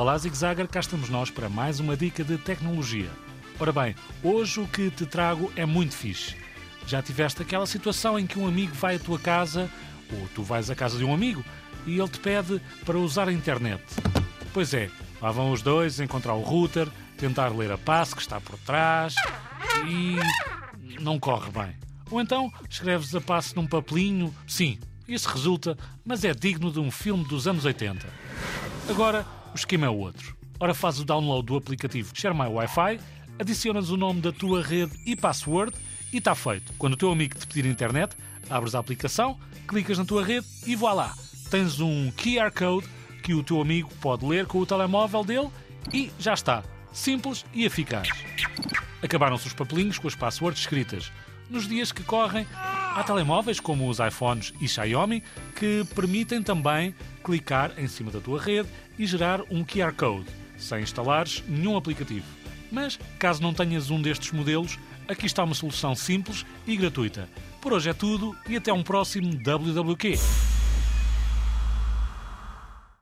Olá Zig-Zagger, cá estamos nós para mais uma dica de tecnologia. Ora bem, hoje o que te trago é muito fixe. Já tiveste aquela situação em que um amigo vai à tua casa, ou tu vais à casa de um amigo, e ele te pede para usar a internet. Pois é, lá vão os dois encontrar o router, tentar ler a passe que está por trás e não corre bem. Ou então escreves a passe num papelinho, sim, isso resulta, mas é digno de um filme dos anos 80. Agora, o esquema é outro. Ora, fazes o download do aplicativo Share My Wi-Fi, adicionas o nome da tua rede e password e está feito. Quando o teu amigo te pedir internet, abres a aplicação, clicas na tua rede e voilá! Tens um QR Code que o teu amigo pode ler com o telemóvel dele e já está. Simples e eficaz. Acabaram-se os papelinhos com as passwords escritas. Nos dias que correm, há telemóveis como os iPhones e Xiaomi que permitem também clicar em cima da tua rede e gerar um QR Code, sem instalares nenhum aplicativo. Mas, caso não tenhas um destes modelos, aqui está uma solução simples e gratuita. Por hoje é tudo e até um próximo WWQ.